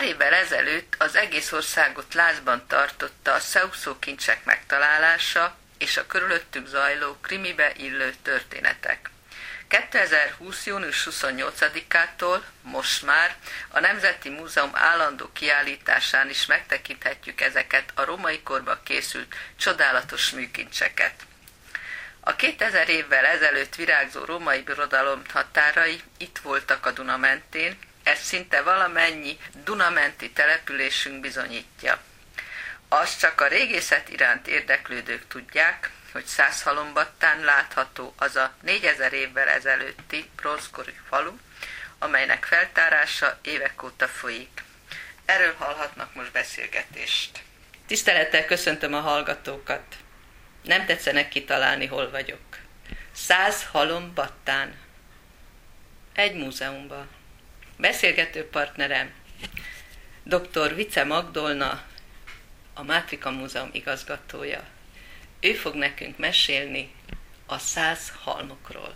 Pár évvel ezelőtt az egész országot lázban tartotta a szeuszókincsek megtalálása és a körülöttük zajló krimibe illő történetek. 2020. június 28-ától most már a Nemzeti Múzeum állandó kiállításán is megtekinthetjük ezeket a római korban készült csodálatos műkincseket. A 2000 évvel ezelőtt virágzó római birodalom határai itt voltak a Duna mentén, ez szinte valamennyi dunamenti településünk bizonyítja. Azt csak a régészet iránt érdeklődők tudják, hogy Szászhalombattán látható az a 4000 évvel ezelőtti bronzkori falu, amelynek feltárása évek óta folyik. Erről hallhatnak most beszélgetést. Tisztelettel köszöntöm a hallgatókat. Nem tetszenek kitalálni, hol vagyok. Szászhalombattán. Egy múzeumban. Beszélgető partnerem dr. Vice Magdolna, a Mátrika Múzeum igazgatója. Ő fog nekünk mesélni a Szászhalmokról.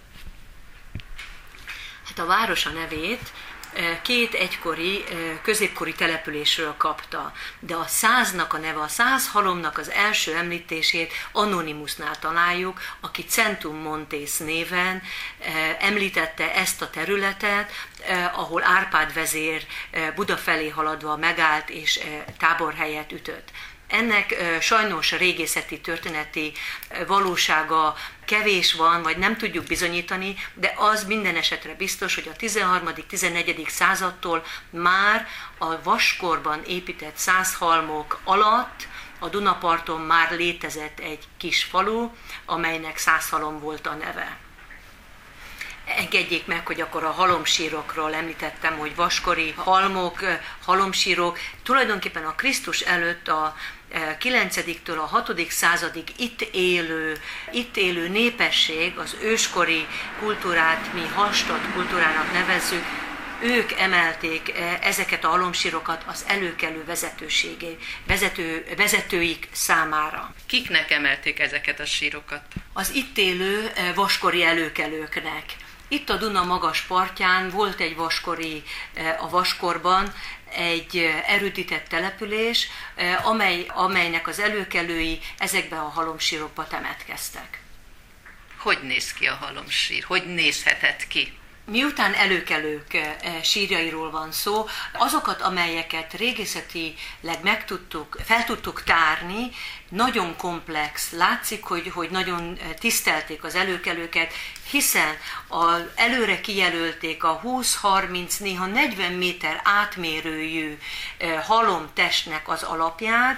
Hát a város a nevét két egykori, középkori településről kapta, de a Száznak a neve, a Szászhalomnak az első említését Anonymusnál találjuk, aki Centum Montes néven említette ezt a területet, ahol Árpád vezér Buda felé haladva megállt és táborhelyet ütött. Ennek sajnos régészeti történeti valósága kevés van, vagy nem tudjuk bizonyítani, de az minden esetre biztos, hogy a 13.-14. századtól már a vaskorban épített Szászhalmok alatt a Dunaparton már létezett egy kis falu, amelynek Szászhalom volt a neve. Engedjék meg, hogy akkor a halomsírokról említettem, hogy vaskori halmok, halomsírok, tulajdonképpen a Krisztus előtt a 9-től a 6. századig itt élő népesség, az őskori kultúrát mi hallstatt kultúrának nevezzük, ők emelték ezeket a halomsírokat az előkelő vezetőik számára. Kiknek emelték ezeket a sírokat? Az itt élő vaskori előkelőknek. Itt a Duna magas partján volt egy vaskori, a vaskorban egy erődített település, amelynek az előkelői ezekben a halomsírokba temetkeztek. Hogy néz ki a halomsír? Hogy nézhetett ki? Miután előkelők sírjairól van szó, azokat, amelyeket régészetileg fel tudtuk tárni, nagyon komplex. Látszik, hogy nagyon tisztelték az előkelőket, hiszen előre kijelölték a 20-30, néha 40 méter átmérőjű halomtestnek az alapját,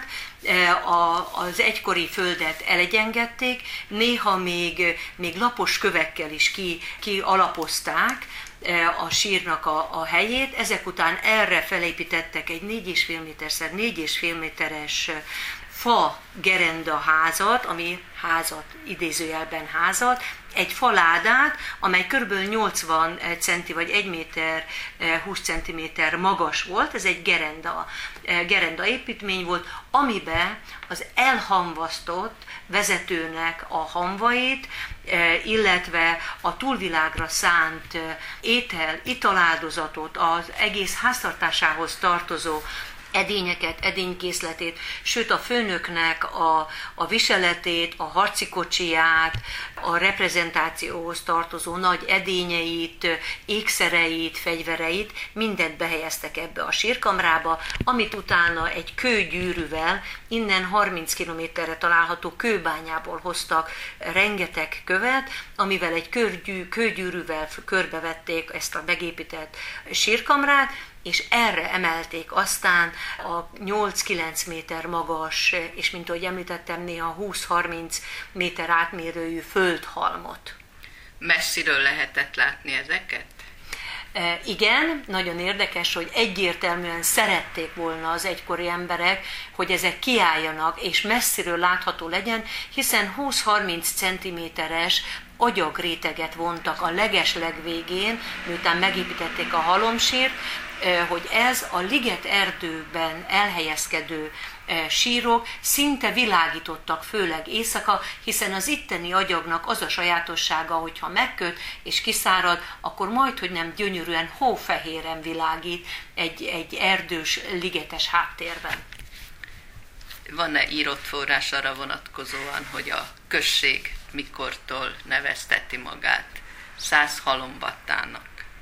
az egykori földet elegyengedték, néha még lapos kövekkel is kialapozták a sírnak a helyét. Ezek után erre felépítettek egy 4,5 méterszer 4,5 méteres fa gerenda házat, ami házat, idézőjelben házat, egy faládát, amely kb. 80 centi vagy 1 méter 20 centiméter magas volt, ez egy gerenda építmény volt, amiben az elhamvasztott vezetőnek a hamvait, illetve a túlvilágra szánt italáldozatot, az egész háztartásához tartozó edényeket, edénykészletét, sőt a főnöknek a viseletét, a harci kocsiját, a reprezentációhoz tartozó nagy edényeit, ékszereit, fegyvereit, mindent behelyeztek ebbe a sírkamrába, amit utána egy kőgyűrűvel, innen 30 kilométerre található kőbányából hoztak rengeteg követ, amivel egy kőgyűrűvel körbevették ezt a megépített sírkamrát, és erre emelték aztán a 8-9 méter magas, és mint ahogy említettem, néha 20-30 méter átmérőjű földhalmot. Messziről lehetett látni ezeket? Igen, nagyon érdekes, hogy egyértelműen szerették volna az egykori emberek, hogy ezek kiálljanak és messziről látható legyen, hiszen 20-30 centiméteres agyagréteget vontak a legeslegvégén, miután megépítették a halomsírt, hogy ez a liget erdőben elhelyezkedő sírok szinte világítottak, főleg éjszaka, hiszen az itteni agyagnak az a sajátossága, hogyha megköt és kiszárad, akkor majdhogy nem gyönyörűen hófehéren világít egy erdős, ligetes háttérben. Van-e írott forrás arra vonatkozóan, hogy a község mikortól nevezteti magát Százhalombattának?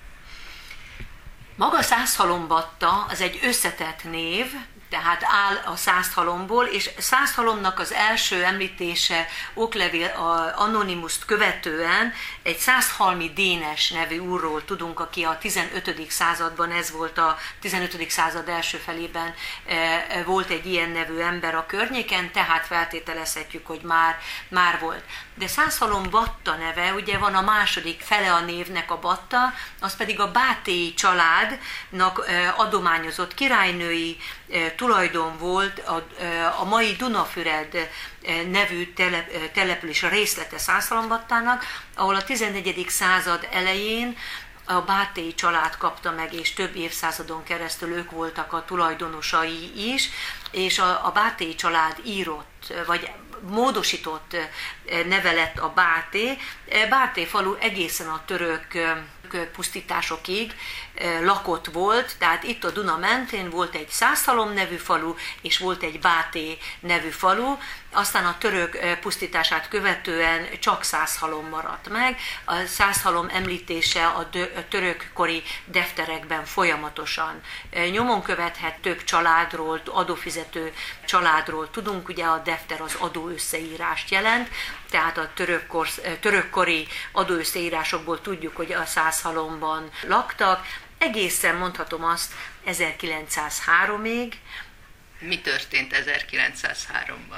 Maga Százhalombatta az egy összetett név, tehát áll a Százhalomból, és Százhalomnak az első említése oklevél Anonymuszt követően egy Százhalmi Dénes nevű úrról tudunk, aki a 15. században, ez volt a 15. század első felében volt egy ilyen nevű ember a környéken, tehát feltételezhetjük, hogy már volt. De Százhalombatta neve, ugye van a második fele a névnek a Batta, az pedig a bátélyi családnak adományozott királynői tulajdon volt, a mai Dunafüred nevű település a részlete Százhalombattának, ahol a 14. század elején a bátélyi család kapta meg, és több évszázadon keresztül ők voltak a tulajdonosai is, és a bátélyi család írott, vagy módosított neve lett a Báté. Báté falu egészen a török pusztításokig lakott volt, tehát itt a Duna mentén volt egy Százhalom nevű falu, és volt egy Báté nevű falu, aztán a török pusztítását követően csak Százhalom maradt meg. A Százhalom említése a törökkori defterekben folyamatosan nyomon követhet, több családról, adófizető családról tudunk, ugye a defter az adóösszeírást jelent, tehát a törökkori adóösszeírásokból tudjuk, hogy a Százhalomban laktak, egészen mondhatom azt 1903-ig. Mi történt 1903-ban?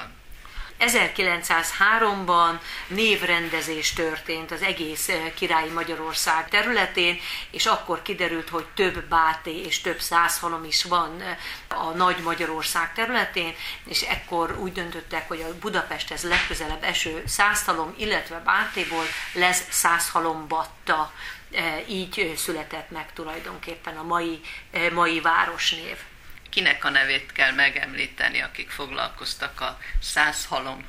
1903-ban névrendezés történt az egész királyi Magyarország területén, és akkor kiderült, hogy több Báté és több Százhalom is van a nagy Magyarország területén, és ekkor úgy döntöttek, hogy a Budapesthez legközelebb eső Százhalom, illetve Bátéból lesz Százhalombatta. Így született meg tulajdonképpen a mai városnév. Kinek a nevét kell megemlíteni, akik foglalkoztak a Százhalom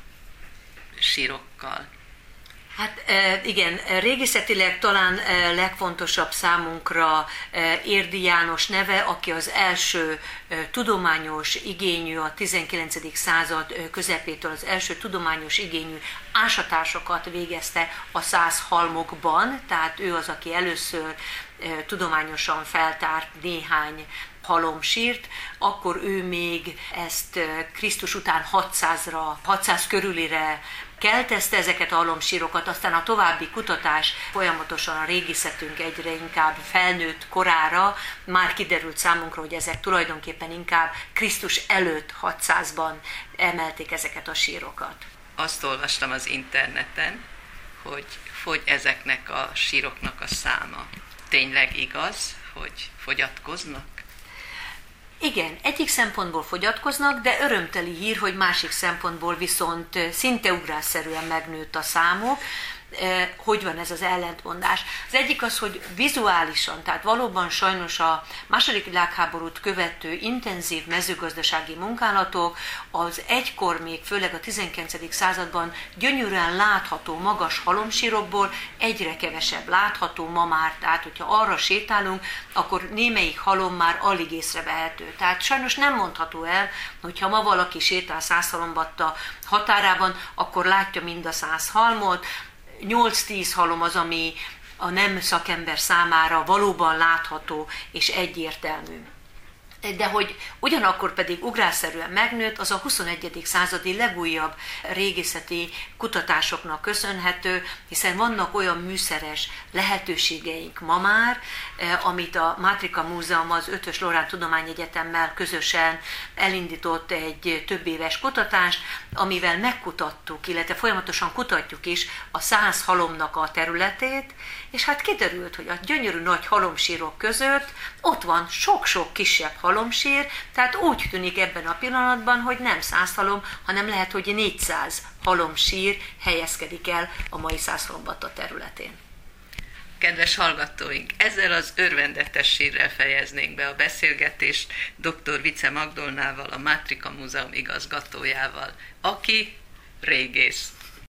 sírokkal? Hát igen, régészetileg talán legfontosabb számunkra Érdi János neve, aki az első tudományos igényű, a 19. század közepétől az első tudományos igényű ásatásokat végezte a Százhalmokban, tehát ő az, aki először tudományosan feltárt néhány halomsírt, akkor ő még ezt Krisztus után 600 körülire keltezte ezeket a halomsírokat, aztán a további kutatás folyamatosan a régészetünk egyre inkább felnőtt korára már kiderült számunkra, hogy ezek tulajdonképpen inkább Krisztus előtt 600-ban emelték ezeket a sírokat. Azt olvastam az interneten, hogy fogy ezeknek a síroknak a száma. Tényleg igaz, hogy fogyatkoznak? Igen, egyik szempontból fogyatkoznak, de örömteli hír, hogy másik szempontból viszont szinte ugrásszerűen megnőtt a számuk. Hogy van ez az ellentmondás? Az egyik az, hogy vizuálisan, tehát valóban sajnos a II. Világháborút követő intenzív mezőgazdasági munkálatok az egykor még, főleg a 19. században gyönyörűen látható magas halomsírokból egyre kevesebb látható ma már, tehát hogyha arra sétálunk, akkor némelyik halom már alig észrevehető. Tehát sajnos nem mondható el, hogyha ma valaki sétál Százhalombatta határában, akkor látja mind a 100 halmot. 8-10 halom az, ami a nem szakember számára valóban látható és egyértelmű. De hogy ugyanakkor pedig ugrásszerűen megnőtt, az a 21. századi legújabb régészeti kutatásoknak köszönhető, hiszen vannak olyan műszeres lehetőségeink ma már, amit a Mátrika Múzeum az Eötvös Loránd Tudományegyetemmel közösen elindított egy több éves kutatást, amivel megkutattuk, illetve folyamatosan kutatjuk is a 100 halomnak a területét, és hát kiderült, hogy a gyönyörű nagy halomsírok között ott van sok-sok kisebb halomsír, tehát úgy tűnik ebben a pillanatban, hogy nem 100 halom, hanem lehet, hogy 400 halomsír helyezkedik el a mai Százhalombatta területén. Kedves hallgatóink, ezzel az örvendetes sírrel fejeznénk be a beszélgetést dr. Vice Magdolnával, a Mátrika Múzeum igazgatójával, aki régész.